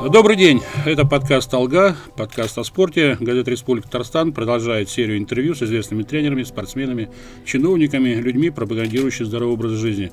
Добрый день, это подкаст «Алга», подкаст о спорте. Газета «Республика Татарстан» продолжает серию интервью с известными тренерами, спортсменами, чиновниками, людьми, пропагандирующими здоровый образ жизни.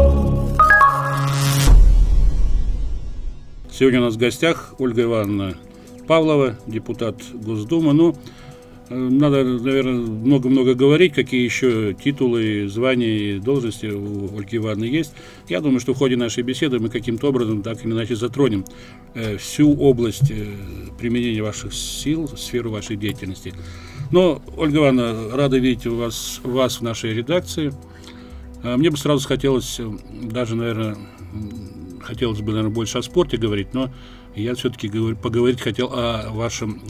Сегодня у нас в гостях Ольга Ивановна Павлова, депутат Госдумы. Надо, наверное, много-много говорить, какие еще титулы, звания и должности у Ольги Ивановны есть. Я думаю, что в ходе нашей беседы мы каким-то образом так или иначе затронем всю область применения ваших сил, сферу вашей деятельности. Но, Ольга Ивановна, рада видеть вас в нашей редакции. Мне бы сразу хотелось, наверное, больше о спорте говорить, но я все-таки поговорить хотел о вашем,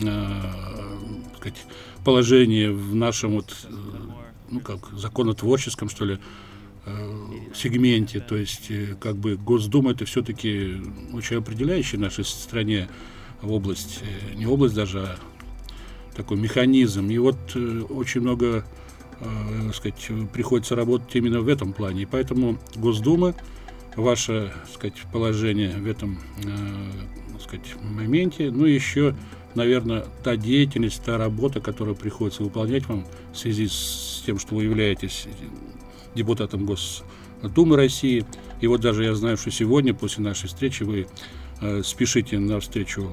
положении в нашем законотворческом, что ли, сегменте. То есть, Госдума — это все-таки очень определяющий в нашей стране область, не область даже, а такой механизм. И очень много, приходится работать именно в этом плане. И поэтому Госдума, ваше, положение в этом, моменте, еще, наверное, та деятельность, та работа, которую приходится выполнять вам в связи с тем, что вы являетесь депутатом Госдумы России. И даже я знаю, что сегодня, после нашей встречи, вы спешите на встречу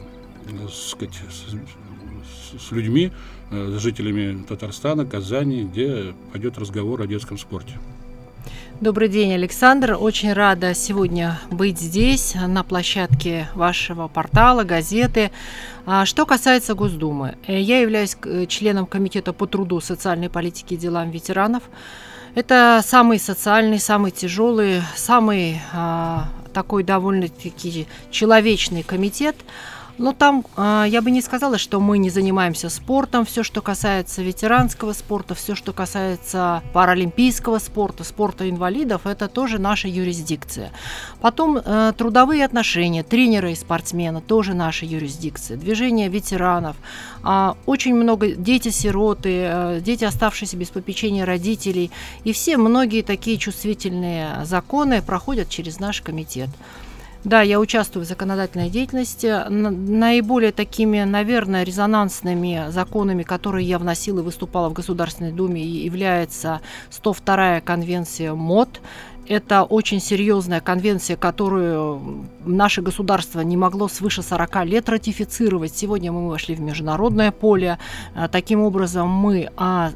с людьми, с жителями Татарстана, Казани, где пойдет разговор о детском спорте. Добрый день, Александр. Очень рада сегодня быть здесь, на площадке вашего портала, газеты. Что касается Госдумы, я являюсь членом Комитета по труду, социальной политике и делам ветеранов. Это самый социальный, самый тяжелый, самый такой довольно-таки человечный комитет. Но там я бы не сказала, что мы не занимаемся спортом. Все, что касается ветеранского спорта, все, что касается паралимпийского спорта, спорта инвалидов, это тоже наша юрисдикция. Потом трудовые отношения, тренеры и спортсмены, тоже наша юрисдикция. Движение ветеранов, очень много дети-сироты, дети, оставшиеся без попечения родителей. И многие такие чувствительные законы проходят через наш комитет. Да, я участвую в законодательной деятельности. Наиболее такими, наверное, резонансными законами, которые я вносила и выступала в Государственной Думе, является 102-я конвенция МОД. Это очень серьезная конвенция, которую наше государство не могло свыше 40 лет ратифицировать. Сегодня мы вошли в международное поле. Таким образом, мы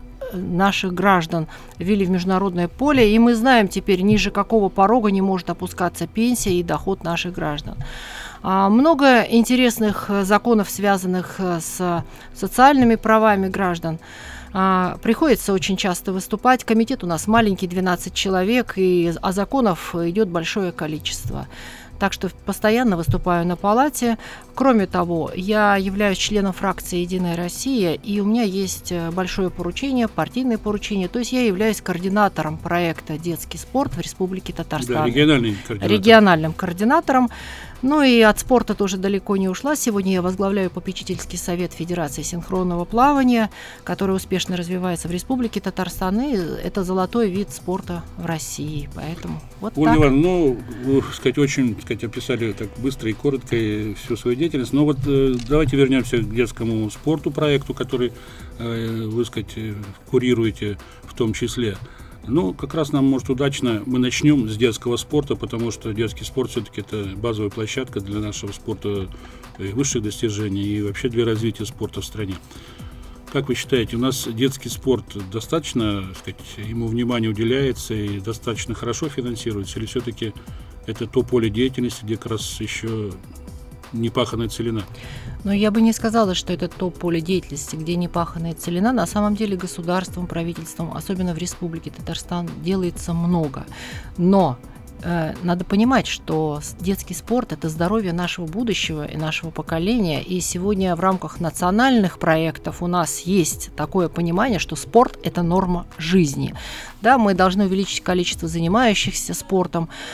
наших граждан ввели в международное поле, и мы знаем теперь, ниже какого порога не может опускаться пенсия и доход наших граждан. Много интересных законов, связанных с социальными правами граждан. Приходится очень часто выступать. Комитет у нас маленький, 12 человек, а законов идет большое количество. Так что постоянно выступаю на палате. Кроме того, я являюсь членом фракции «Единая Россия», и у меня есть большое поручение, партийное поручение. То есть я являюсь координатором проекта «Детский спорт» в Республике Татарстан. Да, региональным координатором. И от спорта тоже далеко не ушла. Сегодня я возглавляю попечительский совет Федерации синхронного плавания, который успешно развивается в Республике Татарстан. И это золотой вид спорта в России. Поэтому Ольга Ивановна, вы очень описали так быстро и коротко всю свою деятельность. Но давайте вернемся к детскому спорту, проекту, который вы курируете в том числе. Как раз нам, может, удачно мы начнем с детского спорта, потому что детский спорт все-таки это базовая площадка для нашего спорта и высших достижений, и вообще для развития спорта в стране. Как вы считаете, у нас детский спорт достаточно, ему внимание уделяется и достаточно хорошо финансируется, или все-таки это то поле деятельности, где как раз еще не паханая целина? Я бы не сказала, что это то поле деятельности, где не паханая целина. На самом деле государством, правительством, особенно в Республике Татарстан, делается много. Но надо понимать, что детский спорт – это здоровье нашего будущего и нашего поколения. И сегодня в рамках национальных проектов у нас есть такое понимание, что спорт – это норма жизни. Да, мы должны увеличить количество занимающихся спортом.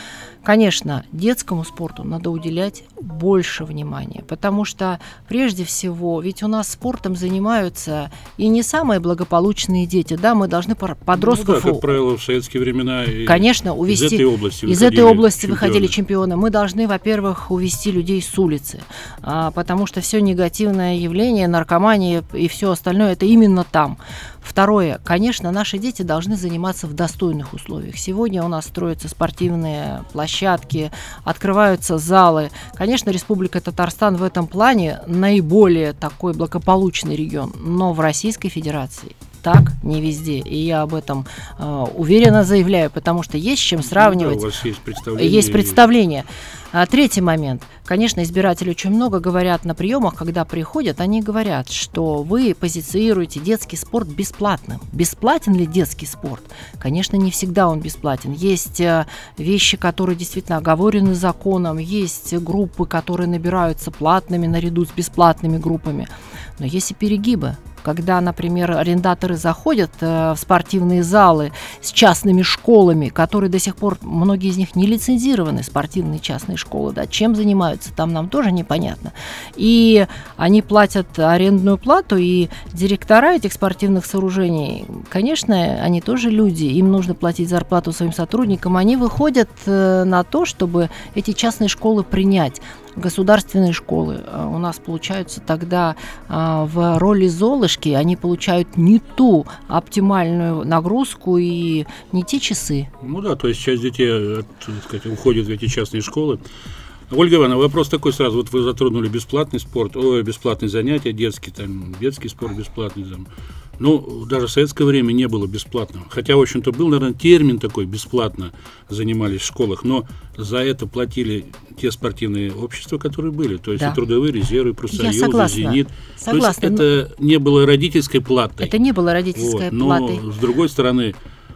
Конечно, детскому спорту надо уделять больше внимания, потому что, прежде всего, ведь у нас спортом занимаются и не самые благополучные дети, да, мы должны подростков... как правило, в советские времена конечно, увести, из этой области выходили чемпионы. Мы должны, во-первых, увести людей с улицы, потому что все негативное явление, наркомания и все остальное, это именно там. Второе, конечно, наши дети должны заниматься в достойных условиях. Сегодня у нас строятся спортивные площадки, открываются залы. Конечно, Республика Татарстан в этом плане наиболее такой благополучный регион, но в Российской Федерации так не везде. И я об этом уверенно заявляю, потому что есть с чем сравнивать. Да, у вас есть представление. Есть представление. Третий момент. Конечно, избиратели очень много говорят на приемах, когда приходят, они говорят, что вы позиционируете детский спорт бесплатным. Бесплатен ли детский спорт? Конечно, не всегда он бесплатен. Есть вещи, которые действительно оговорены законом, есть группы, которые набираются платными наряду с бесплатными группами. Но есть и перегибы. Когда, например, арендаторы заходят в спортивные залы с частными школами, которые до сих пор, многие из них не лицензированы, спортивные частные школы, да, чем занимаются, там нам тоже непонятно. И они платят арендную плату, и директора этих спортивных сооружений, конечно, они тоже люди, им нужно платить зарплату своим сотрудникам, они выходят на то, чтобы эти частные школы принять. Государственные школы у нас получаются тогда в роли Золушки, они получают не ту оптимальную нагрузку и не те часы. Ну да, то есть часть детей, так сказать, уходит в эти частные школы. Ольга Ивановна, вопрос такой сразу. Вот вы затронули бесплатный спорт, бесплатные занятия, детский спорт бесплатный. Ну, даже в советское время не было бесплатного. Хотя, в общем-то, был, наверное, термин такой, бесплатно занимались в школах, но за это платили те спортивные общества, которые были. То есть и трудовые резервы, профсоюзы, «Зенит». Согласна. То есть это не было родительской платой. Это не было родительской платой. Но, с другой стороны,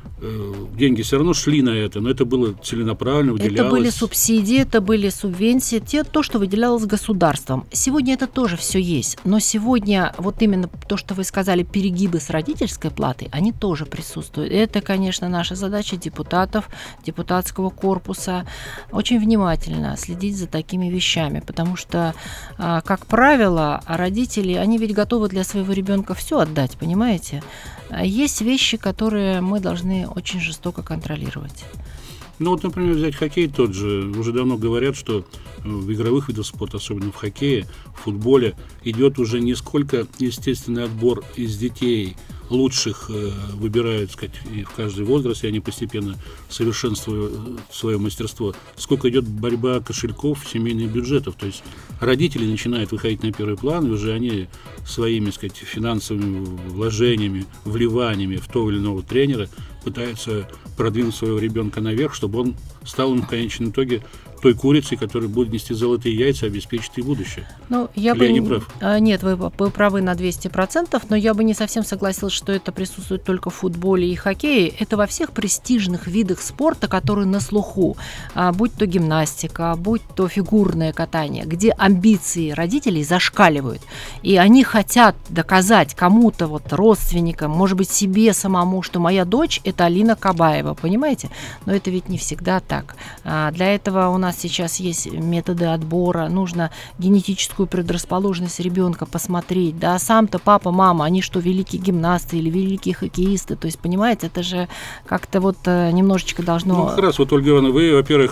деньги все равно шли на это, но это было целенаправленно, выделялось. Это были субсидии, это были субвенции, то, что выделялось государством. Сегодня это тоже все есть, но сегодня вот именно то, что вы сказали, перегибы с родительской платой, они тоже присутствуют. Это, конечно, наша задача депутатов, депутатского корпуса, очень внимательно следить за такими вещами, потому что, как правило, родители, они ведь готовы для своего ребенка все отдать, понимаете? Есть вещи, которые мы должны очень жестоко контролировать. Ну вот, например, взять хоккей тот же. Уже давно говорят, что в игровых видах спорта, особенно в хоккее, в футболе, идет уже не сколько естественный отбор из детей, лучших выбирают, так сказать, и в каждый возраст, и они постепенно совершенствуют свое мастерство, сколько идет борьба кошельков, семейных бюджетов. То есть родители начинают выходить на первый план, и уже они своими, так сказать, финансовыми вложениями, вливаниями в того или иного тренера пытаются продвинуть своего ребенка наверх, чтобы он стал им в конечном итоге той курицей, которая будет нести золотые яйца, обеспечит и будущее. Ну, я не прав? Нет, вы правы на 200%, но я бы не совсем согласилась, что это присутствует только в футболе и хоккее. Это во всех престижных видах спорта, которые на слуху, будь то гимнастика, будь то фигурное катание, где амбиции родителей зашкаливают, и они хотят доказать кому-то, вот родственникам, может быть, себе самому, что моя дочь – это Алина Кабаева, понимаете? Но это ведь не всегда так. Для этого у нас сейчас есть методы отбора, нужно генетическую предрасположенность ребенка посмотреть, да, сам-то папа, мама, они что, великие гимнасты или великие хоккеисты, то есть, понимаете, это же как-то вот немножечко должно... Ну, как раз вот, Ольга Ивановна, вы, во-первых,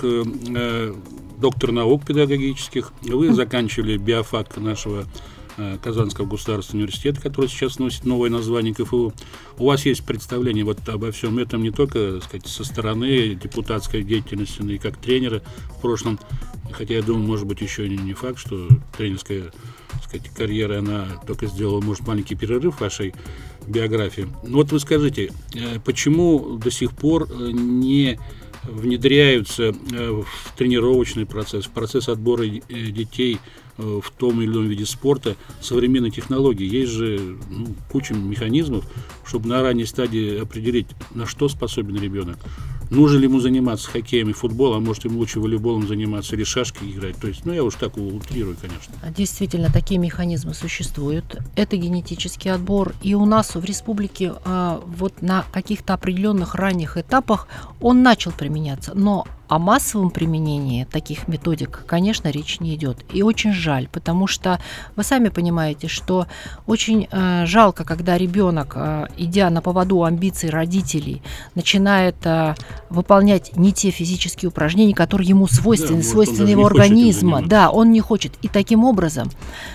доктор наук педагогических, вы заканчивали биофак нашего Казанского государственного университета, который сейчас носит новое название КФУ. У вас есть представление вот обо всем этом не только, так сказать, со стороны депутатской деятельности, но и как тренера в прошлом. Хотя я думаю, может быть, еще не факт, что тренерская, так сказать, карьера, она только сделала, может, маленький перерыв в вашей биографии. Ну вот вы скажите, почему до сих пор не внедряются в тренировочный процесс, в процесс отбора детей в том или ином виде спорта современной технологии? Есть же куча механизмов, чтобы на ранней стадии определить, на что способен ребенок. Нужно ли ему заниматься хоккеем и футболом, а может ему лучше волейболом заниматься или шашкой играть. То есть, я уж так утрирую, конечно. Действительно, такие механизмы существуют. Это генетический отбор. И у нас в республике вот на каких-то определенных ранних этапах он начал применяться. Но о массовом применении таких методик, конечно, речь не идет. И очень жаль, потому что вы сами понимаете, что очень жалко, когда ребенок, идя на поводу амбиций родителей, начинает выполнять не те физические упражнения, которые ему свойственны, свойственны его организма. Да, он не хочет. И таким образом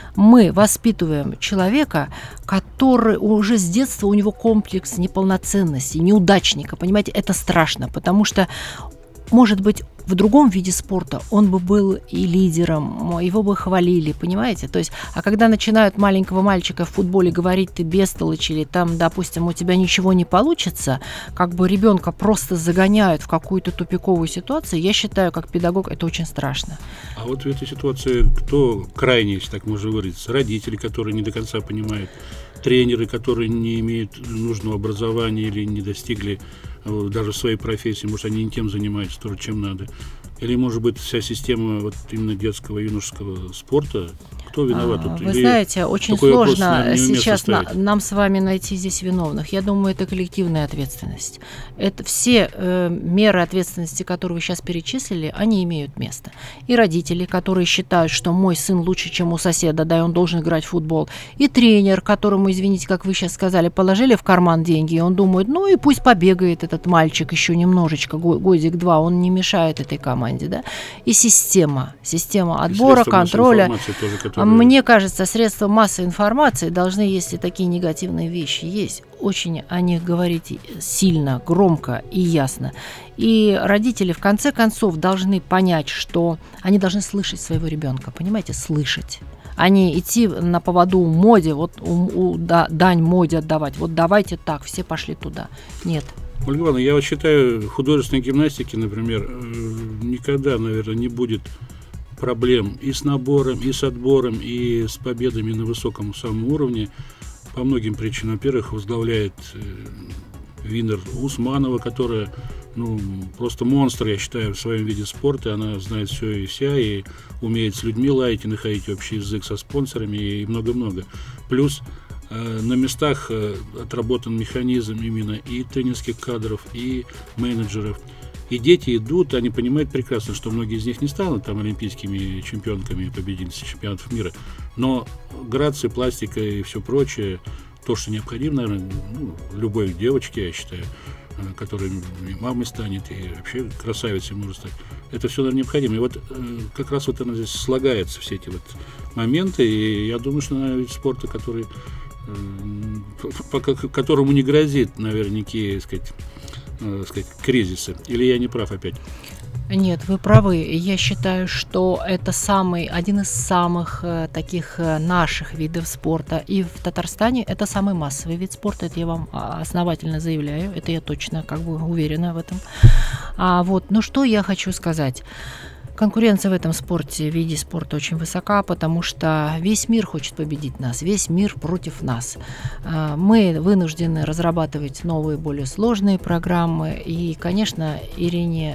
мы воспитываем человека, который уже с детства у него комплекс неполноценности, неудачника. Понимаете, это страшно, потому что, может быть, в другом виде спорта он бы был и лидером, его бы хвалили, понимаете? То есть, а когда начинают маленького мальчика в футболе говорить: ты бестолочь, или там, допустим, у тебя ничего не получится, как бы ребенка просто загоняют в какую-то тупиковую ситуацию, я считаю, как педагог, это очень страшно. А вот в этой ситуации кто крайний, если так можно выразиться? Родители, которые не до конца понимают, тренеры, которые не имеют нужного образования или не достигли даже в своей профессии, может, они не тем занимаются, тоже чем надо. Или, может быть, вся система вот именно детского и юношеского спорта? Кто виноват тут? Вы знаете, очень сложно сейчас нам с вами найти здесь виновных. Я думаю, это коллективная ответственность. Это все меры ответственности, которые вы сейчас перечислили, они имеют место. И родители, которые считают, что мой сын лучше, чем у соседа, да, и он должен играть в футбол. И тренер, которому, извините, как вы сейчас сказали, положили в карман деньги, и он думает, ну и пусть побегает этот мальчик еще немножечко, годик-два, он не мешает этой команде. Да? И система отбора, контроля. Мне кажется, средства массовой информации должны, если такие негативные вещи есть, очень о них говорить сильно, громко и ясно. И родители, в конце концов, должны понять, что они должны слышать своего ребенка, понимаете, слышать. А не идти на поводу моде, вот дань моде отдавать. Вот давайте так, все пошли туда. Нет. Ольга Ивановна, я вот считаю, в художественной гимнастике, например, никогда, наверное, не будет проблем и с набором, и с отбором, и с победами на высоком самом уровне. По многим причинам. Во-первых, возглавляет Винер Усманова, которая просто монстр, я считаю, в своем виде спорта. Она знает все и вся, и умеет с людьми лаять и находить общий язык со спонсорами, и много-много. Плюс на местах отработан механизм именно и тренерских кадров, и менеджеров. И дети идут, они понимают прекрасно, что многие из них не станут там олимпийскими чемпионками, победительницами чемпионатов мира. Но грация, пластика и все прочее, то, что необходимо, наверное, любой девочке, я считаю, которая и мамой станет, и вообще красавицей может стать. Это все, наверное, необходимо. И вот как раз вот она здесь слагается, все эти вот моменты. И я думаю, что, наверное, вид спорта, которому не грозит, наверное, никакие, сказать, кризисы. Или я не прав опять? Нет, вы правы. Я считаю, что это один из самых таких наших видов спорта. И в Татарстане это самый массовый вид спорта. Это я вам основательно заявляю. Это я точно уверена в этом. Но что я хочу сказать. Конкуренция в этом виде спорта очень высока, потому что весь мир хочет победить нас, весь мир против нас. Мы вынуждены разрабатывать новые, более сложные программы. И, конечно, Ирине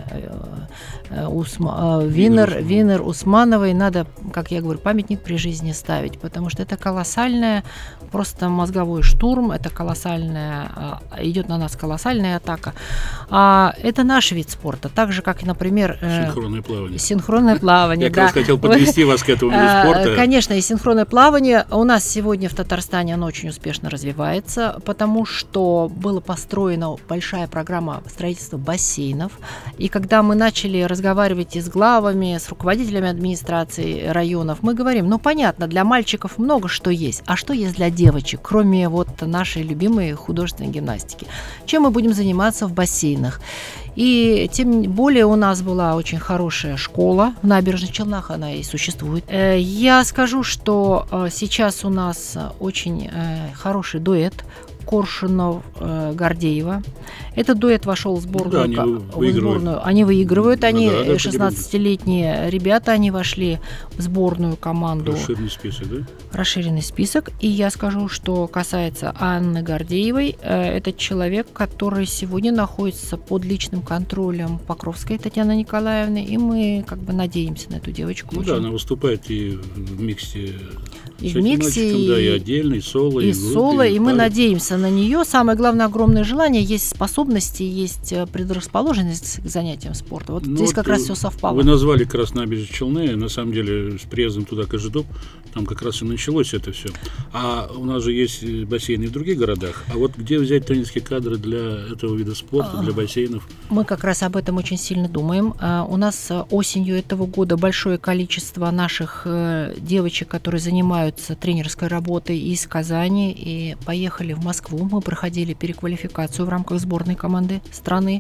Винер Усмановой надо, как я говорю, памятник при жизни ставить, потому что это колоссальная, просто мозговой штурм, это идет на нас колоссальная атака. Это наш вид спорта, так же, как и, например... Синхронное плавание. Я как раз хотел подвести вас к этому виду спорта. Конечно, и синхронное плавание. У нас сегодня в Татарстане оно очень успешно развивается, потому что была построена большая программа строительства бассейнов. И когда мы начали разговаривать и с главами, с руководителями администрации районов, мы говорим, понятно, для мальчиков много что есть. А что есть для девочек, кроме нашей любимой художественной гимнастики? Чем мы будем заниматься в бассейнах? И тем более у нас была очень хорошая школа в Набережных Челнах, она и существует. Я скажу, что сейчас у нас очень хороший дуэт Коршунов-Гордеева. Этот дуэт вошел в сборную. Они выигрывают. Они 16-летние ребята, они вошли в сборную команду. Расширенный список, да? Расширенный список. И я скажу, что касается Анны Гордеевой, это человек, который сегодня находится под личным контролем Покровской Татьяны Николаевны, и мы надеемся на эту девочку. Она выступает и в миксе. И в миксе, и отдельно, и соло, и соло, и мы надеемся надеяться на нее. Самое главное, огромное желание, есть способности, есть предрасположенность к занятиям спорта. Вот здесь как раз все совпало. Вы назвали как раз набережные Челны, на самом деле с приездом туда Кожедуб, там как раз и началось это все. А у нас же есть бассейны и в других городах. А вот где взять тренерские кадры для этого вида спорта, для бассейнов? Мы как раз об этом очень сильно думаем. У нас осенью этого года большое количество наших девочек, которые занимаются тренерской работой из Казани, и поехали в Москву. Мы проходили переквалификацию в рамках сборной команды страны.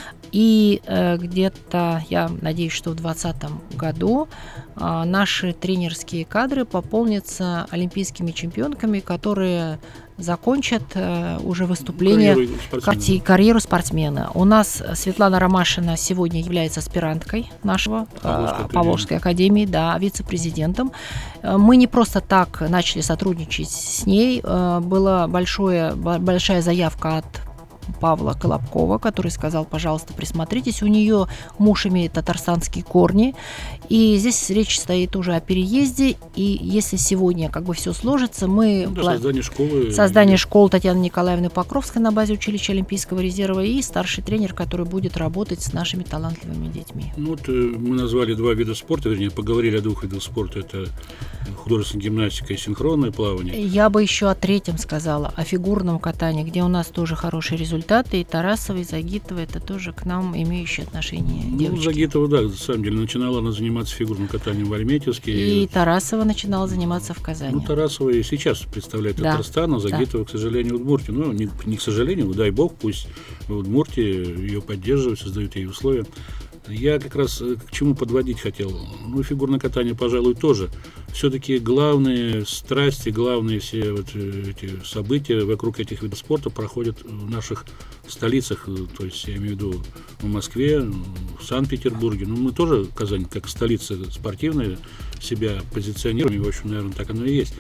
И где-то, я надеюсь, что в 2020 году наши тренерские кадры пополнятся олимпийскими чемпионками, которые закончат уже выступление, карьеру спортсмена. У нас Светлана Ромашина сегодня является аспиранткой нашего Павловской академии, да, вице-президентом. Мы не просто так начали сотрудничать с ней. Была большая заявка от Павла Колобкова, который сказал: пожалуйста, присмотритесь, у нее муж имеет татарстанские корни, и здесь речь стоит уже о переезде, и если сегодня как бы все сложится, мы... Создание школы Татьяны Николаевны Покровской на базе училища Олимпийского резерва и старший тренер, который будет работать с нашими талантливыми детьми. Мы назвали два вида спорта, вернее, поговорили о двух видах спорта, это художественная гимнастика и синхронное плавание. Я бы еще о третьем сказала, о фигурном катании, где у нас тоже хорошие результаты, и Тарасова, и Загитова, это тоже к нам имеющие отношение девочки. Загитова, да, на самом деле, начинала она заниматься фигурным катанием в Альметьевске. И Тарасова начинала заниматься в Казани. Тарасова и сейчас представляет Татарстан, а Загитова, к сожалению, в Удмуртии. Не к сожалению, дай бог, пусть в Удмуртии ее поддерживают, создают ей условия. Я как раз к чему подводить хотел. Фигурное катание, пожалуй, тоже. Все-таки главные страсти, главные все вот эти события вокруг этих видов спорта проходят в наших столицах. То есть я имею в виду в Москве, в Санкт-Петербурге. Мы тоже, Казань, как столица спортивная, себя позиционируем. И, в общем, наверное, так оно и есть.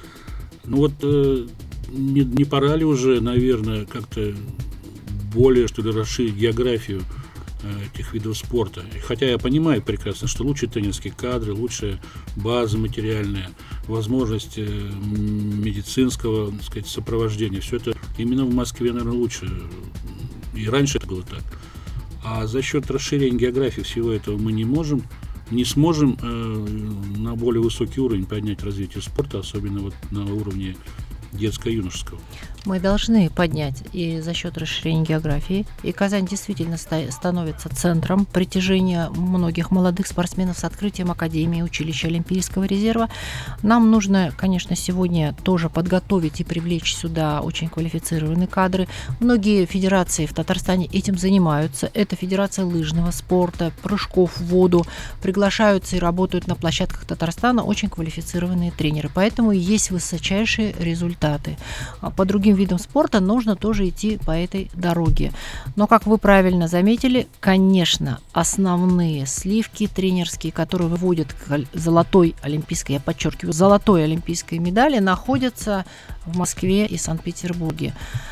Не пора ли уже, наверное, как-то более, что ли, расширить географию этих видов спорта. Хотя я понимаю прекрасно, что лучшие тренерские кадры, лучшая база материальная, возможность медицинского, так сказать, сопровождения, все это именно в Москве, наверное, лучше. И раньше это было так. А за счет расширения географии всего этого мы не сможем на более высокий уровень поднять развитие спорта, особенно на уровне детско-юношеского. Мы должны поднять и за счет расширения географии. И Казань действительно становится центром притяжения многих молодых спортсменов с открытием Академии, училища Олимпийского резерва. Нам нужно, конечно, сегодня тоже подготовить и привлечь сюда очень квалифицированные кадры. Многие федерации в Татарстане этим занимаются. Это Федерация лыжного спорта, прыжков в воду. Приглашаются и работают на площадках Татарстана очень квалифицированные тренеры. Поэтому есть высочайшие результаты. По другим видам спорта нужно тоже идти по этой дороге. Но, как вы правильно заметили, конечно, основные сливки тренерские, которые выводят к золотой олимпийской, я подчеркиваю, золотой олимпийской медали, находятся в Москве и Санкт-Петербурге.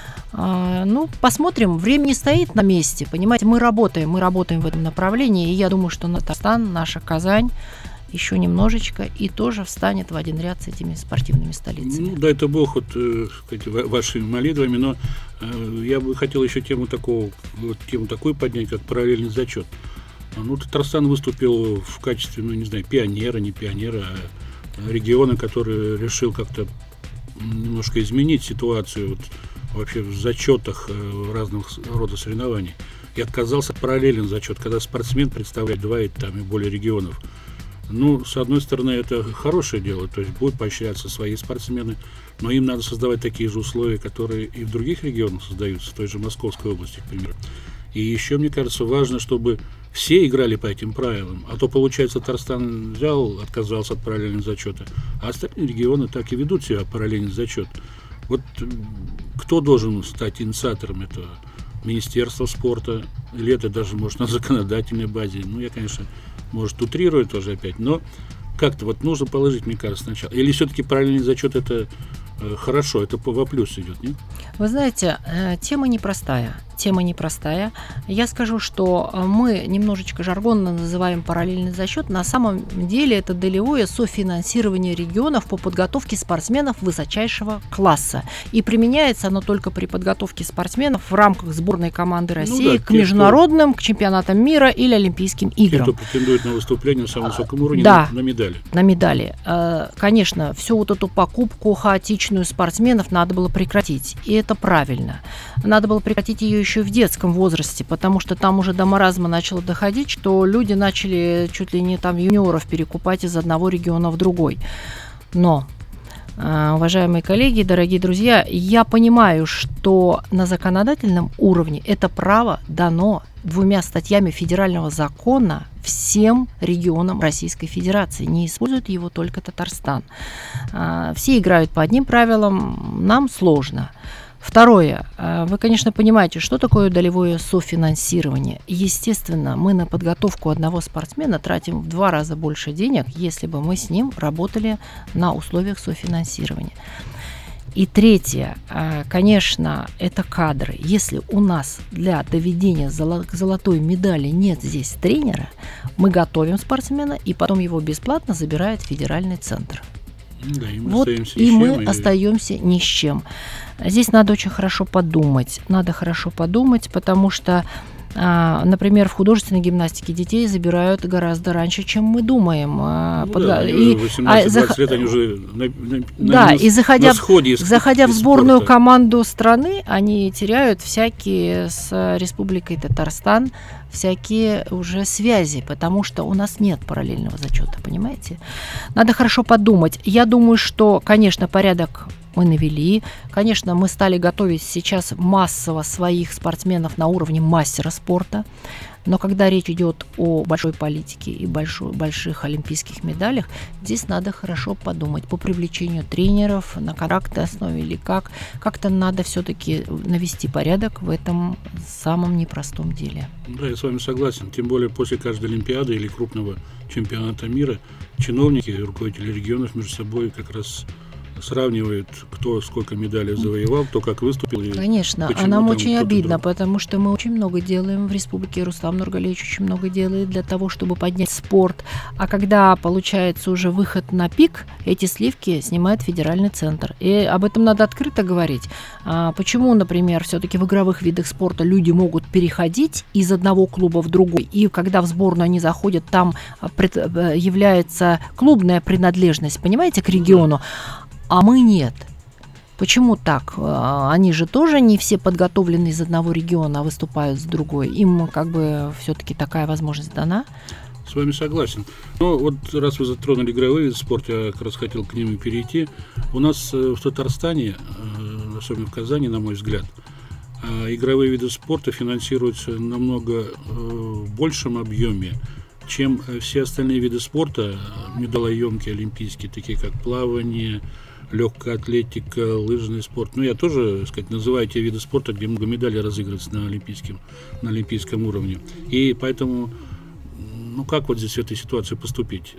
Посмотрим. Время не стоит на месте. Понимаете, мы работаем в этом направлении, и я думаю, что Татарстан, наша Казань, еще немножечко и тоже встанет в один ряд с этими спортивными столицами. Дай это Бог вашими молитвами, но я бы хотел еще тему такую поднять, как параллельный зачет. Татарстан выступил в качестве, пионера, не пионера, а региона, который решил как-то немножко изменить ситуацию вообще в зачетах разных родов соревнований и отказался от параллельного зачета, когда спортсмен представляет два и более регионов. С одной стороны, это хорошее дело, то есть будут поощряться свои спортсмены, но им надо создавать такие же условия, которые и в других регионах создаются, в той же Московской области, к примеру. И еще, мне кажется, важно, чтобы все играли по этим правилам, а то, получается, Татарстан отказался от параллельного зачета, а остальные регионы так и ведут себя параллельный зачет. Кто должен стать инициатором этого? Министерство спорта, или это даже, может, на законодательной базе? Я, конечно, может, утрирую тоже опять, но как-то нужно положить, мне кажется, сначала. Или все-таки параллельный зачет это хорошо, это во плюс идет, нет? Вы знаете, тема непростая. тема непростая. Я скажу, что мы немножечко жаргонно называем параллельный зачет. На самом деле это долевое софинансирование регионов по подготовке спортсменов высочайшего класса. И применяется оно только при подготовке спортсменов в рамках сборной команды России к международным, к чемпионатам мира или Олимпийским играм. Те, кто претендует на выступление на самом высоком уровне, да, на медали. На медали. Конечно, всю вот эту покупку хаотичную спортсменов надо было прекратить. И это правильно. Надо было прекратить ее еще в детском возрасте, потому что там уже до маразма начало доходить, что люди начали чуть ли не там юниоров перекупать из одного региона в другой. Но, уважаемые коллеги, дорогие друзья, я понимаю, что на законодательном уровне это право дано 2 статьями федерального закона всем регионам Российской Федерации. Не использует его только Татарстан. Все играют по одним правилам, нам сложно. Второе. Вы, конечно, понимаете, что такое долевое софинансирование. Естественно, мы на подготовку одного спортсмена тратим в 2 раза больше денег, если бы мы с ним работали на условиях софинансирования. И третье, конечно, это кадры. Если у нас для доведения к золотой медали нет здесь тренера, мы готовим спортсмена, и потом его бесплатно забирает федеральный центр. Да, и мы вот остаемся и мы чем, остаемся ни с чем. Здесь надо очень хорошо подумать. Потому что, например, в художественной гимнастике детей забирают гораздо раньше, чем мы думаем. 18-20 лет они уже заходя в сборную спорта. Команду страны, они теряют всякие с Республикой Татарстан, всякие уже связи, потому что у нас нет параллельного зачета, понимаете? Надо хорошо подумать. Я думаю, что, конечно, порядок мы навели. Конечно, мы стали готовить сейчас массово своих спортсменов на уровне мастера спорта. Но когда речь идет о большой политике и больших олимпийских медалях, здесь надо хорошо подумать по привлечению тренеров на контрактной основе или как-то надо все-таки навести порядок в этом самом непростом деле. Да, я с вами согласен. Тем более после каждой Олимпиады или крупного чемпионата мира чиновники и руководители регионов между собой как раз сравнивают, кто сколько медалей завоевал, кто как выступил. Конечно, а нам очень обидно, потому что мы очень много делаем в республике. Рустам Нургалиевич очень много делает для того, чтобы поднять спорт. А когда получается уже выход на пик, эти сливки снимает федеральный центр. И об этом надо открыто говорить. Почему, например, все-таки в игровых видах спорта люди могут переходить из одного клуба в другой, и когда в сборную они заходят, там является клубная принадлежность, понимаете, к региону, а мы нет. Почему так? Они же тоже не все подготовлены из одного региона, а выступают с другой. Им как бы все-таки такая возможность дана. С вами согласен. Но вот раз вы затронули игровые виды спорта, я как раз хотел к ним и перейти. У нас в Татарстане, особенно в Казани, на мой взгляд, игровые виды спорта финансируются намного большем объеме, чем все остальные виды спорта, медалоемкие, олимпийские, такие как плавание, легкая атлетика, лыжный спорт. Ну, я тоже, так сказать, называю те виды спорта, где много медалей разыгрывается на олимпийском уровне. И поэтому, как вот здесь в этой ситуации поступить?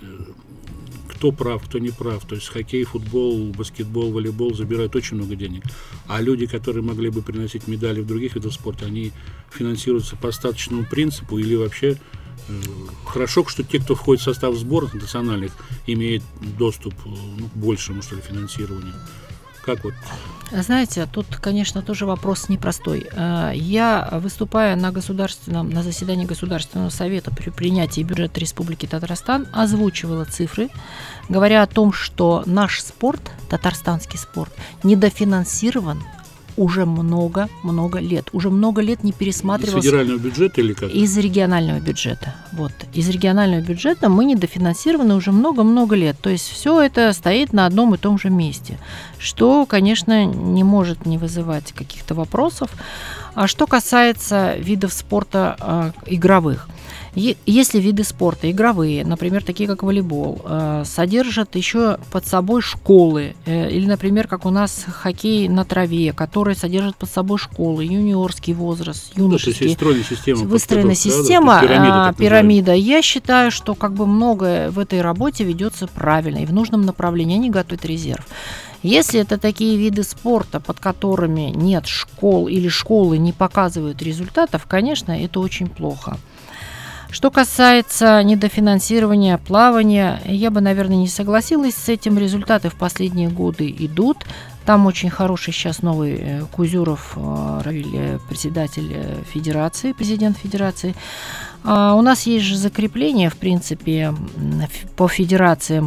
Кто прав, кто не прав? То есть хоккей, футбол, баскетбол, волейбол забирают очень много денег. А люди, которые могли бы приносить медали в других видах спорта, они финансируются по остаточному принципу или вообще... Хорошо, что те, кто входит в состав сборных национальных, имеют доступ к большему, что ли, финансированию. Как вот? Знаете, тут, конечно, тоже вопрос непростой. Я, выступая на заседании Государственного совета при принятии бюджета Республики Татарстан, озвучивала цифры, говоря о том, что наш спорт, татарстанский спорт, недофинансирован уже много лет. Уже много лет не пересматривался. Из федерального бюджета или как? Из регионального бюджета. Вот. Из регионального бюджета мы недофинансированы уже много-много лет. То есть все это стоит на одном и том же месте. Что, конечно, не может не вызывать каких-то вопросов. А что касается видов спорта игровых. Если виды спорта игровые, например, такие как волейбол, содержат еще под собой школы, или, например, как у нас хоккей на траве, который содержит под собой школы, юниорский возраст, юношеский. Выстроена система, пирамида. Я считаю, что как бы многое в этой работе ведется правильно и в нужном направлении, они готовят резерв. Если это такие виды спорта, под которыми нет школ или школы не показывают результатов, конечно, это очень плохо. Что касается недофинансирования плавания, я бы, наверное, не согласилась с этим. Результаты в последние годы идут. Там очень хороший сейчас новый Кузюров, председатель федерации, президент федерации. У нас есть же закрепление, в принципе, по федерациям.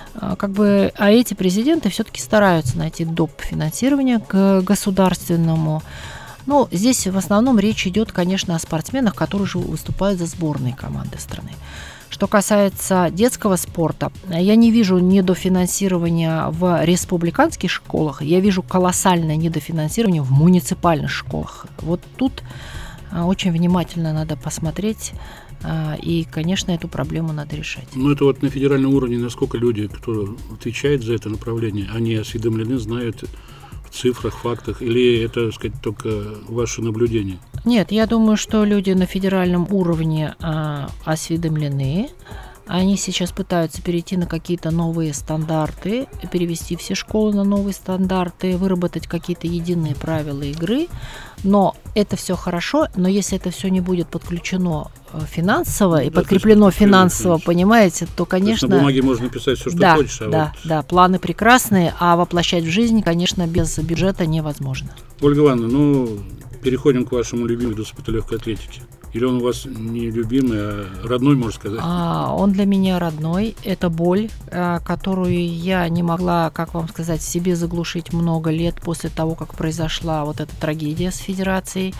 А эти президенты все-таки стараются найти доп. Финансирование к государственному. Здесь в основном речь идет, конечно, о спортсменах, которые же выступают за сборные команды страны. Что касается детского спорта, я не вижу недофинансирования в республиканских школах, я вижу колоссальное недофинансирование в муниципальных школах. Вот тут очень внимательно надо посмотреть, и, конечно, эту проблему надо решать. Это вот на федеральном уровне, насколько люди, кто отвечает за это направление, они осведомлены, знают в цифрах, фактах, или это, так сказать, только ваше наблюдение? Нет, я думаю, что люди на федеральном уровне осведомлены. Они сейчас пытаются перейти на какие-то новые стандарты, перевести все школы на новые стандарты, выработать какие-то единые правила игры. Но это все хорошо, но если это все не будет подключено финансово и подкреплено финансово, понимаете, то, конечно... То есть на бумаге можно писать все, что хочешь. Да, планы прекрасные, а воплощать в жизнь, конечно, без бюджета невозможно. Ольга Ивановна, переходим к вашему любимому виду спорта легкой атлетики. Или он у вас не любимый, а родной, можно сказать? Он для меня родной. Это боль, которую я не могла, как вам сказать, в себе заглушить много лет после того, как произошла вот эта трагедия с федерацией.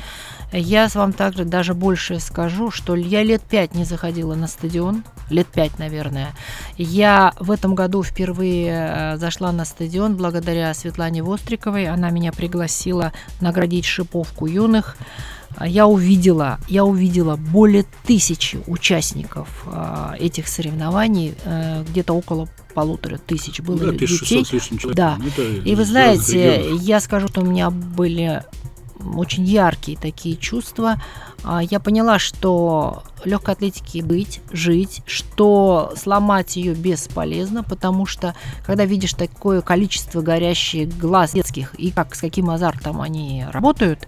Я вам также даже больше скажу, что я лет 5 не заходила на стадион. Лет 5, наверное. Я в этом году впервые зашла на стадион благодаря Светлане Востриковой. Она меня пригласила наградить шиповку юных. Я увидела более 1000 участников этих соревнований, где-то около 1500 было детей. Да. И вы знаете, я скажу, что у меня были очень яркие такие чувства. Я поняла, что легкой атлетике жить, что сломать ее бесполезно, потому что когда видишь такое количество горящих глаз детских и с каким азартом они работают,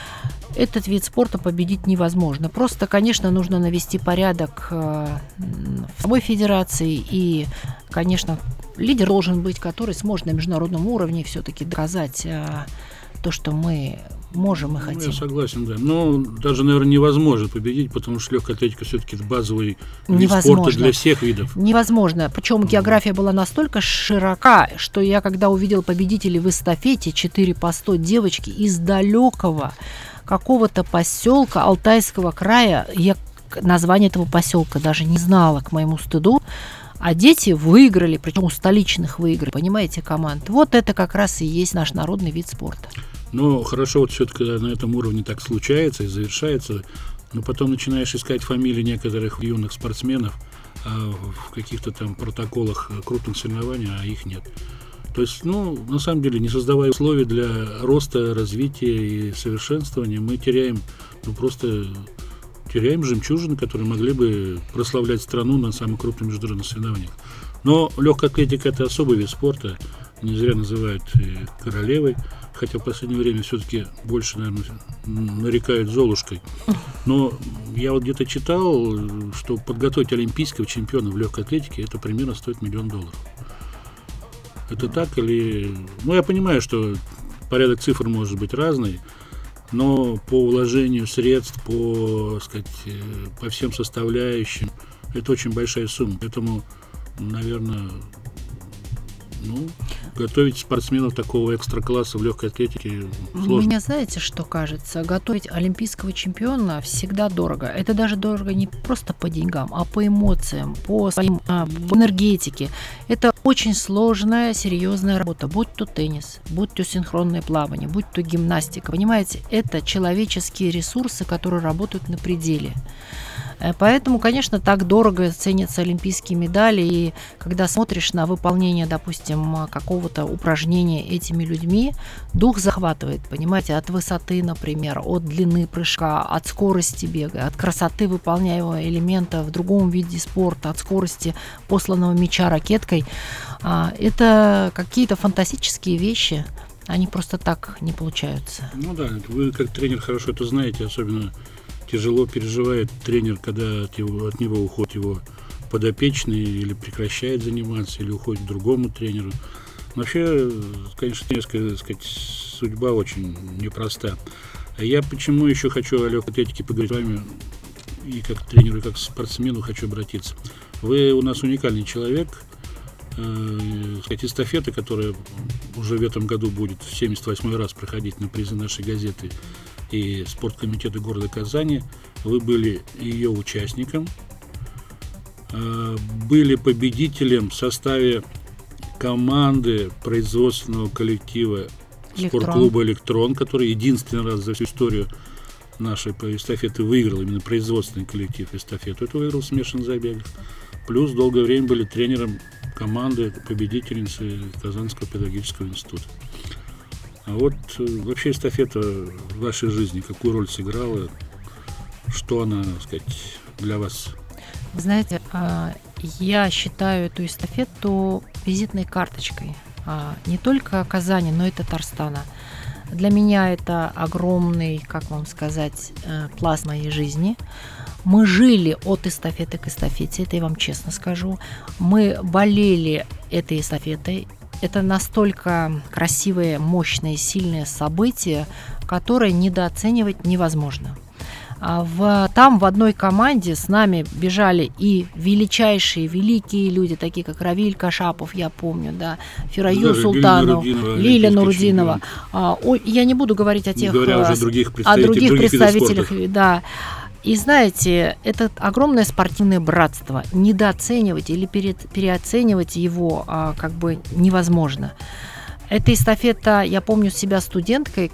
этот вид спорта победить невозможно. Просто, конечно, нужно навести порядок в самой федерации. И, конечно, лидер должен быть, который сможет на международном уровне все-таки доказать то, что мы можем и хотим. Я согласен, да. Но даже, наверное, невозможно победить, потому что легкая атлетика все-таки базовый вид спорта для всех видов. Невозможно. Причем география была настолько широка, что я, когда увидела победителей в эстафете 4 по 100 девочки из далекого какого-то поселка Алтайского края, я название этого поселка даже не знала, к моему стыду, а дети выиграли, причем у столичных выиграли, понимаете, команд. Вот это как раз и есть наш народный вид спорта. Но хорошо, вот все-таки на этом уровне так случается и завершается, но потом начинаешь искать фамилии некоторых юных спортсменов в каких-то там протоколах крупных соревнований, а их нет. То есть, на самом деле, не создавая условий для роста, развития и совершенствования, мы теряем жемчужины, которые могли бы прославлять страну на самых крупных международных соревнованиях. Но легкая атлетика – это особый вид спорта, не зря называют королевой, хотя в последнее время все-таки больше, наверное, нарекают Золушкой. Но я вот где-то читал, что подготовить олимпийского чемпиона в легкой атлетике – это примерно стоит $1 000 000. Это так или... я понимаю, что порядок цифр может быть разный, но по вложению средств, по всем составляющим, это очень большая сумма. Поэтому, наверное, готовить спортсменов такого экстра-класса в легкой атлетике сложно. Мне, знаете, что кажется? Готовить олимпийского чемпиона всегда дорого. Это даже дорого не просто по деньгам, а по эмоциям, по энергетике. Это очень сложная, серьезная работа. Будь то теннис, будь то синхронное плавание, будь то гимнастика. Понимаете, это человеческие ресурсы, которые работают на пределе. Поэтому, конечно, так дорого ценятся олимпийские медали, и когда смотришь на выполнение, допустим, какого-то упражнения этими людьми, дух захватывает, понимаете, от высоты, например, от длины прыжка, от скорости бега, от красоты выполняемого элемента в другом виде спорта, от скорости посланного мяча ракеткой. Это какие-то фантастические вещи, они просто так не получаются. Ну да, вы как тренер хорошо это знаете, особенно тяжело переживает тренер, когда от него уходит его подопечный или прекращает заниматься, или уходит к другому тренеру. Вообще, конечно, тренерская, сказать, судьба очень непроста. А я почему еще хочу о легкой атлетике поговорить с вами, и как тренеру, и как спортсмену хочу обратиться. Вы у нас уникальный человек. Сказать, эстафета, которая уже в этом году будет в 78-й раз проходить на призы нашей газеты и спорткомитета города Казани. Вы были ее участником, были победителем в составе команды производственного коллектива спортклуба «Электрон», который единственный раз за всю историю нашей эстафеты выиграл, именно производственный коллектив эстафету. Это выиграл в смешанных забегах. Плюс долгое время были тренером команды победительницы Казанского педагогического института. А вот вообще эстафета в вашей жизни какую роль сыграла? Что она, так сказать, для вас? Вы знаете, я считаю эту эстафету визитной карточкой не только Казани, но и Татарстана. Для меня это огромный, как вам сказать, пласт моей жизни. Мы жили от эстафеты к эстафете, это я вам честно скажу. Мы болели этой эстафетой. Это настолько красивое, мощное, сильное событие, которое недооценивать невозможно. Там в одной команде с нами бежали и величайшие, великие люди, такие как Равиль Кашапов, я помню, да, Фираю Султанов, Лилия Нурудинова. Я не буду говорить о других представителях, да. И знаете, это огромное спортивное братство. Недооценивать или переоценивать его невозможно. Эта эстафета, я помню себя студенткой,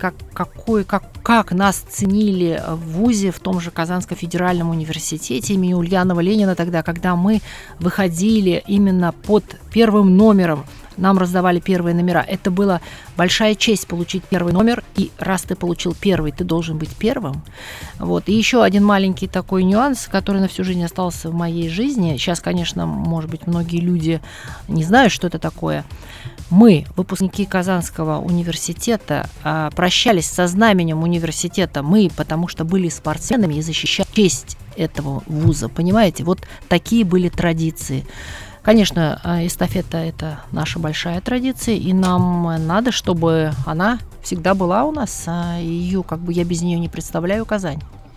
как нас ценили в ВУЗе, в том же Казанском федеральном университете имени Ульянова Ленина тогда, когда мы выходили именно под первым номером. Нам раздавали первые номера. Это была большая честь получить первый номер. И раз ты получил первый, ты должен быть первым. Вот. И еще один маленький такой нюанс, который на всю жизнь остался в моей жизни. Сейчас, конечно, может быть, многие люди не знают, что это такое. Мы, выпускники Казанского университета, прощались со знаменем университета. Мы, потому что были спортсменами и защищали честь этого вуза. Понимаете? Вот такие были традиции. Конечно, эстафета – это наша большая традиция, и нам надо, чтобы она всегда была у нас. Ее, я без нее не представляю Казань.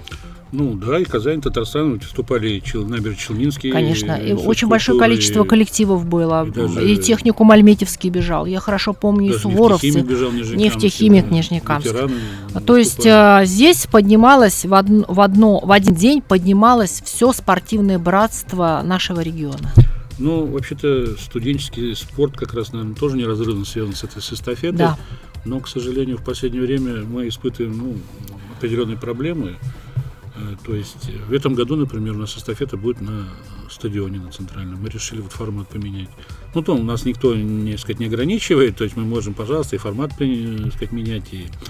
Ну да, и Казань, Татарстан выступали Набережно-Челнинский. Конечно, и очень большое количество коллективов было. И техникум Альметьевский бежал. Я хорошо помню и суворовцы. Нефтехимик Нижнекамск. То есть здесь поднималось в один день поднималось все спортивное братство нашего региона. Ну, вообще-то студенческий спорт как раз, наверное, тоже неразрывно связан с этой стафетой. Да. Но, к сожалению, в последнее время мы испытываем определенные проблемы. То есть в этом году, например, у нас эстафета будет на стадионе, на центральном. Мы решили формат поменять. То у нас никто не ограничивает, то есть мы можем, пожалуйста, и формат менять.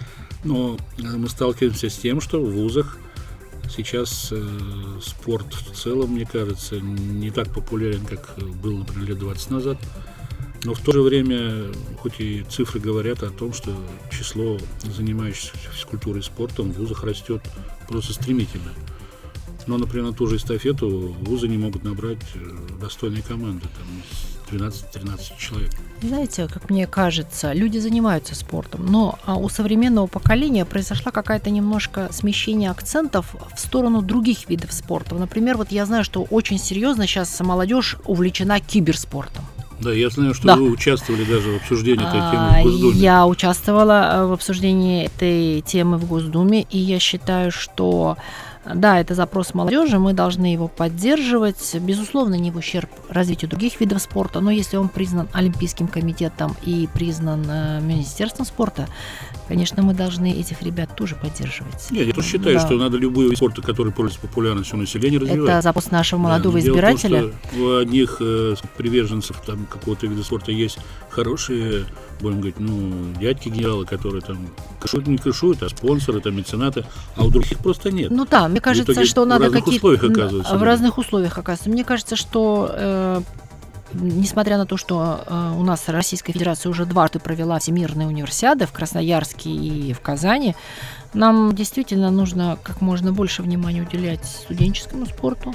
Но мы сталкиваемся с тем, что в вузах сейчас спорт в целом, мне кажется, не так популярен, как был, например, лет 20 назад. Но в то же время, хоть и цифры говорят о том, что число занимающихся физкультурой и спортом в вузах растет просто стремительно. Но, например, на ту же эстафету вузы не могут набрать достойные команды, там 12-13 человек. Знаете, как мне кажется, люди занимаются спортом, но у современного поколения произошла какая-то немножко смещение акцентов в сторону других видов спорта. Например, я знаю, что очень серьезно сейчас молодежь увлечена киберспортом. Да, я знаю, что вы участвовали даже в обсуждении этой темы в Госдуме. Я участвовала в обсуждении этой темы в Госдуме, и я считаю, что Да, это запрос молодежи, мы должны его поддерживать, безусловно, не в ущерб развитию других видов спорта, но если он признан Олимпийским комитетом и признан Министерством спорта, конечно, мы должны этих ребят тоже поддерживать. Нет, я тоже считаю, что надо любой вид спорта, который пользуется популярностью у населения, развивать. Это запрос нашего молодого избирателя. Дело в том, что у одних приверженцев там, какого-то вида спорта есть хорошие, будем говорить, дядьки-генералы, которые там крышуют, не крышуют, а спонсоры, там, меценаты, а у других просто нет. Ну да, мне кажется, итоге что надо какие-то... в разных условиях оказывается. Мне кажется, что несмотря на то, что у нас Российская Федерация уже дважды провела всемирные универсиады в Красноярске и в Казани, нам действительно нужно как можно больше внимания уделять студенческому спорту.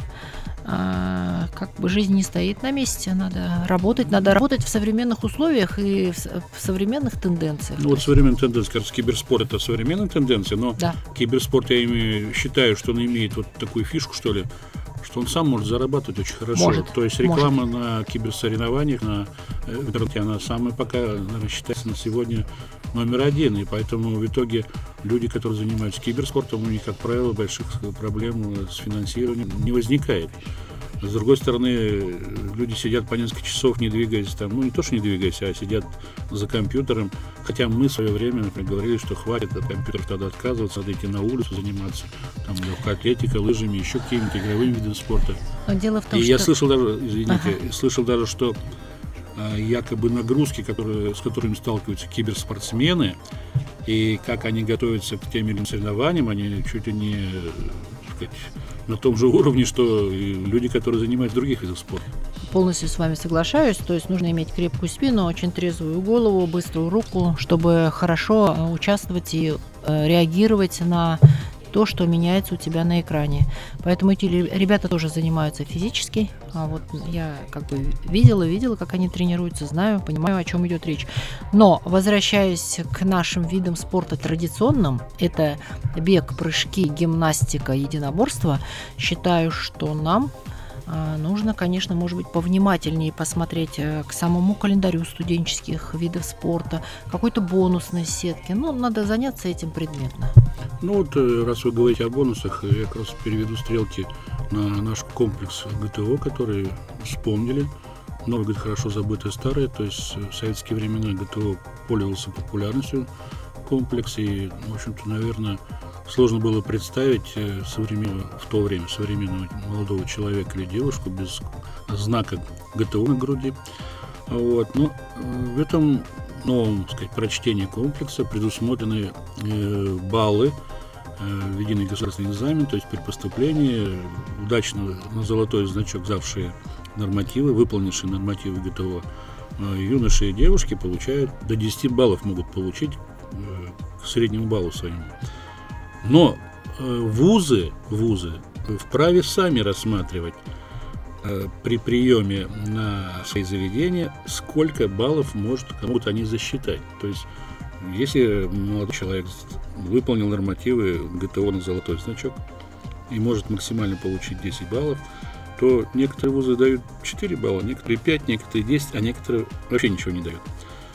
Как бы жизнь не стоит на месте, надо работать в современных условиях и в современных тенденциях. Вот современная тенденция, кажется, киберспорт – это современная тенденция, но да. Киберспорт, я считаю, что он имеет вот такую фишку, что ли, что он сам может зарабатывать очень хорошо. То есть реклама на киберсоревнованиях, на интернете, она самая пока, наверное, считается на сегодня номер один. И поэтому в итоге люди, которые занимаются киберспортом, у них, как правило, больших проблем с финансированием не возникает. С другой стороны, люди сидят по несколько часов, не двигаясь, там, не то, что не двигаясь, а сидят за компьютером. Хотя мы в свое время, например, говорили, что хватит от компьютеров тогда отказываться, надо идти на улицу заниматься, там, легкой атлетикой, лыжами, еще какими-то игровыми видами спорта. Но дело в том, и я слышал даже, что якобы нагрузки, с которыми сталкиваются киберспортсмены, и как они готовятся к тем или иным соревнованиям, они чуть ли не, так сказать, на том же уровне, что и люди, которые занимаются в других видах спорта. Полностью с вами соглашаюсь. То есть нужно иметь крепкую спину, очень трезвую голову, быструю руку, чтобы хорошо участвовать и реагировать на то, что меняется у тебя на экране. Поэтому эти ребята тоже занимаются физически. А вот я как бы видела, как они тренируются, знаю, понимаю, о чем идет речь. Но, возвращаясь к нашим видам спорта традиционным, это бег, прыжки, гимнастика, единоборство, считаю, что нам нужно, конечно, может быть, повнимательнее посмотреть к самому календарю студенческих видов спорта, какой-то бонусной сетки. Надо заняться этим предметно. Раз вы говорите о бонусах, я как раз переведу стрелки на наш комплекс ГТО, который вспомнили. Новый год хорошо забытое старое, то есть в советские времена ГТО пользовался популярностью комплекс, и, в общем-то, наверное, сложно было представить в то время современного молодого человека или девушку без знака ГТО на груди. Но в этом новом, прочтении комплекса предусмотрены баллы, введенный государственный экзамен, то есть при поступлении удачно на золотой значок взявшие нормативы, выполнившие нормативы ГТО, юноши и девушки получают до 10 баллов могут получить к среднему баллу своему. Но вузы вправе сами рассматривать при приеме на свои заведения, сколько баллов может кому-то они засчитать. То есть, если молодой человек выполнил нормативы ГТО на золотой значок и может максимально получить 10 баллов, то некоторые вузы дают 4 балла, некоторые 5, некоторые 10, а некоторые вообще ничего не дают.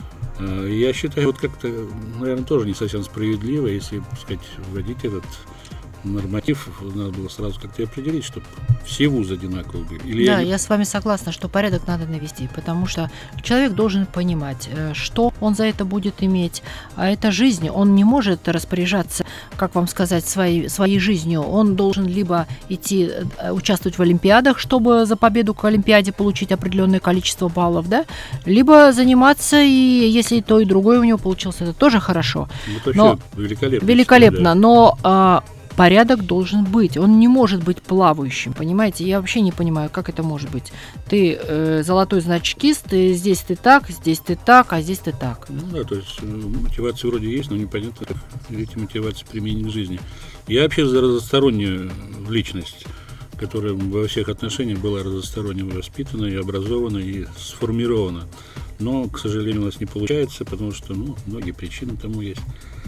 Я считаю, как-то, наверное, тоже не совсем справедливо, если, вводить этот норматив, надо было сразу как-то определить, чтобы все вузы одинаковые были. Я с вами согласна, что порядок надо навести, потому что человек должен понимать, что он за это будет иметь. А это жизнь, он не может распоряжаться, как вам сказать, своей жизнью. Он должен либо идти участвовать в олимпиадах, чтобы за победу к олимпиаде получить определенное количество баллов, да? Либо заниматься, и если и то, и другое у него получилось, это тоже хорошо. Это великолепно. Но порядок должен быть. Он не может быть плавающим, понимаете? Я вообще не понимаю, как это может быть. Ты золотой значкист, здесь ты так, а здесь ты так. То есть мотивация вроде есть, но непонятно, как эти мотивации применить к жизни. Я вообще за разностороннюю личность, которая во всех отношениях была разносторонне воспитана и образована, и сформирована. Но, к сожалению, у нас не получается, потому что многие причины тому есть.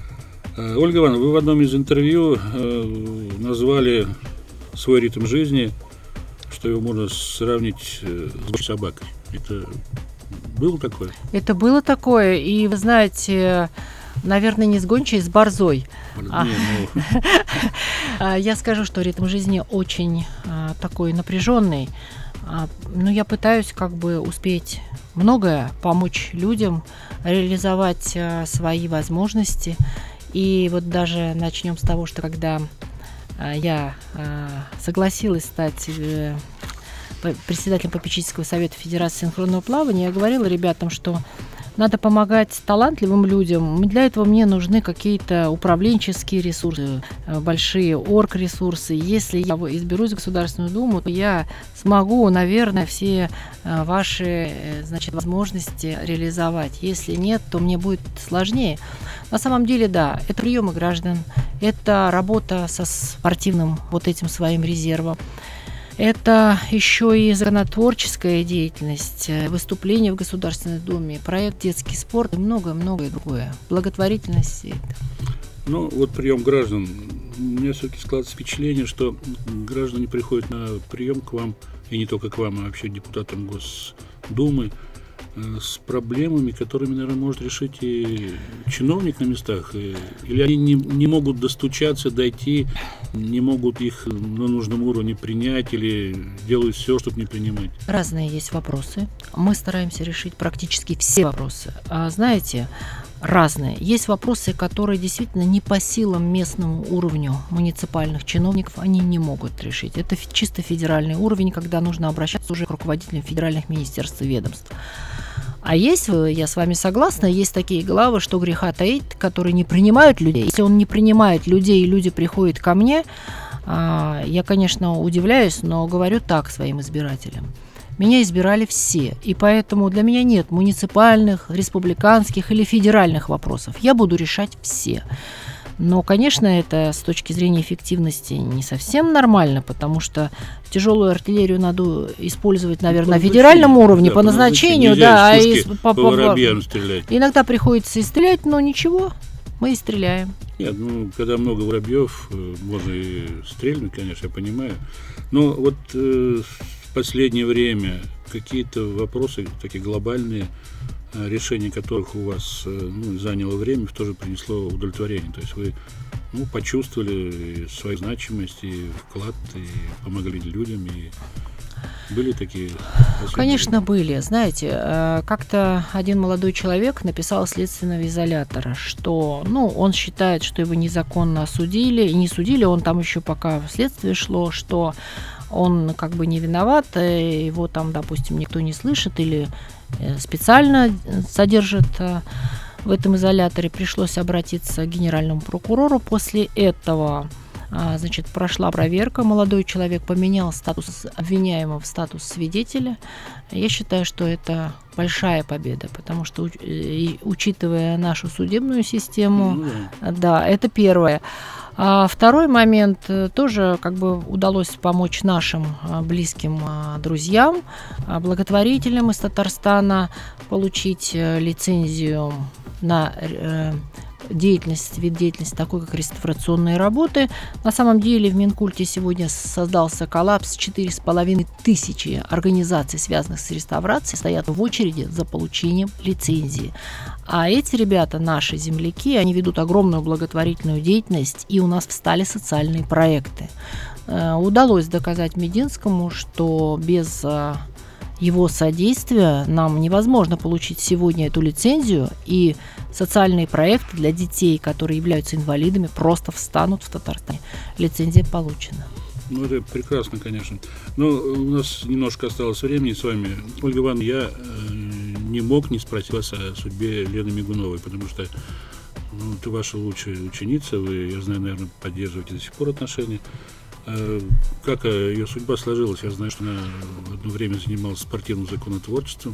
Ольга Ивановна, вы в одном из интервью назвали свой ритм жизни, что его можно сравнить с собакой. Это было такое? Это было такое, и вы знаете, Наверное, не с гончей, с борзой. Я скажу, что ритм жизни очень такой напряженный. Но я пытаюсь успеть многое, помочь людям реализовать свои возможности. И вот даже начнем с того, что когда я согласилась стать председателем попечительского совета Федерации синхронного плавания, я говорила ребятам, что надо помогать талантливым людям. Для этого мне нужны какие-то управленческие ресурсы, большие оргресурсы. Если я изберусь в Государственную Думу, то я смогу, наверное, все ваши возможности реализовать. Если нет, то мне будет сложнее. На самом деле, да, это приемы граждан, это работа со спортивным этим своим резервом. Это еще и законотворческая деятельность, выступления в Государственной Думе, проект «Детский спорт» и многое-многое другое. Благотворительность. Прием граждан. У меня все-таки складывается впечатление, что граждане приходят на прием к вам, и не только к вам, а вообще депутатам Госдумы, с проблемами, которыми, наверное, может решить и чиновник на местах. Или они не могут достучаться, дойти, не могут их на нужном уровне принять или делают все, чтобы не принимать. Разные есть вопросы. Мы стараемся решить практически все вопросы. Знаете, разные. Есть вопросы, которые действительно не по силам местному уровню муниципальных чиновников, они не могут решить. Это чисто федеральный уровень, когда нужно обращаться уже к руководителям федеральных министерств и ведомств. А есть, я с вами согласна, есть такие главы, что греха таить, которые не принимают людей. Если он не принимает людей, и люди приходят ко мне, я, конечно, удивляюсь, но говорю так своим избирателям. Меня избирали все, и поэтому для меня нет муниципальных, республиканских или федеральных вопросов. Я буду решать все. Но, конечно, это с точки зрения эффективности не совсем нормально, потому что тяжелую артиллерию надо использовать, наверное, на федеральном уровне, по назначению. Да, по воробьям стрелять. Иногда приходится и стрелять, но ничего, мы и стреляем. Нет, когда много воробьев, можно и стрельнуть, конечно, я понимаю. Но в последнее время какие-то вопросы такие глобальные, решение которых у вас заняло время, тоже принесло удовлетворение. То есть вы почувствовали свою значимость и вклад, и помогли людям, и были такие... Конечно, были. Знаете, как-то один молодой человек написал следственного изолятора, что, он считает, что его незаконно осудили, и не судили, он там еще пока следствие шло, что он не виноват, его там, допустим, никто не слышит или специально содержит в этом изоляторе. Пришлось обратиться к генеральному прокурору. После этого, прошла проверка. Молодой человек поменял статус обвиняемого в статус свидетеля. Я считаю, что это большая победа, потому что, учитывая нашу судебную систему, да, это первое. А второй момент, тоже удалось помочь нашим близким друзьям, благотворителям из Татарстана получить лицензию на вид деятельности такой, как реставрационные работы. На самом деле в Минкульте сегодня создался коллапс. 4500 организаций, связанных с реставрацией, стоят в очереди за получением лицензии. А эти ребята, наши земляки, они ведут огромную благотворительную деятельность, и у нас встали социальные проекты. Удалось доказать Мединскому, что без его содействия нам невозможно получить сегодня эту лицензию, и социальные проекты для детей, которые являются инвалидами, просто встанут в Татарстане. Лицензия получена. Это прекрасно, конечно. Но у нас немножко осталось времени с вами. Ольга Ивановна, я не мог не спросить вас о судьбе Лены Мигуновой, потому что это ваша лучшая ученица, вы, я знаю, наверное, поддерживаете до сих пор отношения. Как ее судьба сложилась? Я знаю, что она одно время занималась спортивным законотворчеством.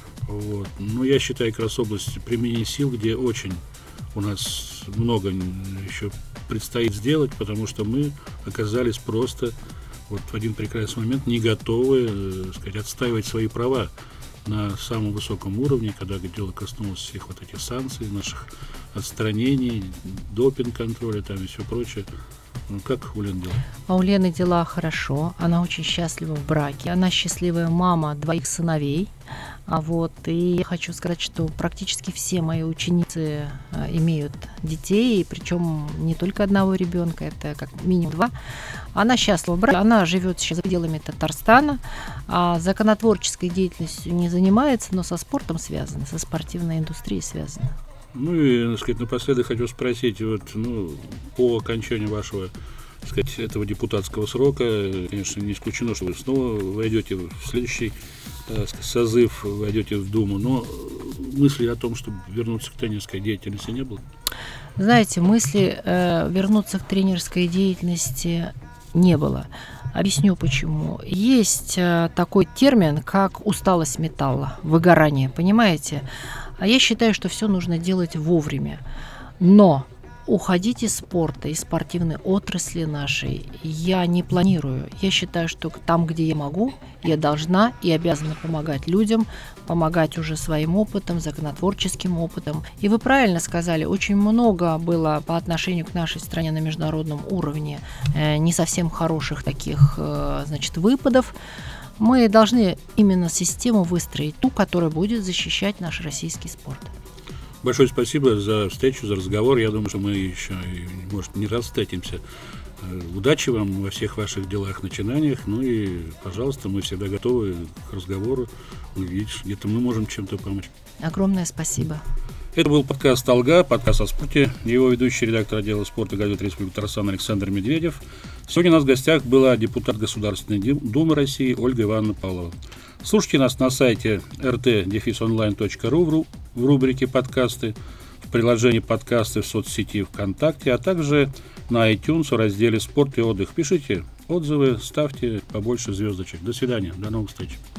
Но я считаю, как раз область применения сил, где очень у нас много еще предстоит сделать, потому что мы оказались просто в один прекрасный момент не готовы, отстаивать свои права на самом высоком уровне, когда дело коснулось всех этих санкций, наших отстранений, допинг-контроля и все прочее. Как у Лены дела? А у Лены дела хорошо, она очень счастлива в браке, она счастливая мама 2 сыновей. И я хочу сказать, что практически все мои ученицы имеют детей, причем не только одного ребенка, это как минимум 2. Она счастлива в браке, она живет сейчас за пределами Татарстана, а законотворческой деятельностью не занимается, но со спортом связана, со спортивной индустрией связана. Напоследок хочу спросить, по окончанию вашего, этого депутатского срока, конечно, не исключено, что вы снова войдете в следующий созыв, войдете в Думу, но мысли о том, чтобы вернуться к тренерской деятельности, не было? Знаете, мысли вернуться к тренерской деятельности не было. Объясню почему. Есть такой термин, как усталость металла, выгорание, понимаете? А я считаю, что все нужно делать вовремя. Но уходить из спорта, из спортивной отрасли нашей я не планирую. Я считаю, что там, где я могу, я должна и обязана помогать людям, помогать уже своим опытом, законотворческим опытом. И вы правильно сказали, очень много было по отношению к нашей стране на международном уровне не совсем хороших таких, выпадов. Мы должны именно систему выстроить, ту, которая будет защищать наш российский спорт. Большое спасибо за встречу, за разговор. Я думаю, что мы еще, может, не раз встретимся. Удачи вам во всех ваших делах, начинаниях. Пожалуйста, мы всегда готовы к разговору. Видишь, где-то мы можем чем-то помочь. Огромное спасибо. Это был подкаст «Алга», подкаст о спорте. Его ведущий редактор отдела спорта газеты «Республика Татарстан» Александр Медведев. Сегодня у нас в гостях была депутат Государственной Думы России Ольга Ивановна Павлова. Слушайте нас на сайте rt-online.ru в рубрике «Подкасты», в приложении «Подкасты» в соцсети ВКонтакте, а также на iTunes в разделе «Спорт и отдых». Пишите отзывы, ставьте побольше звездочек. До свидания, до новых встреч.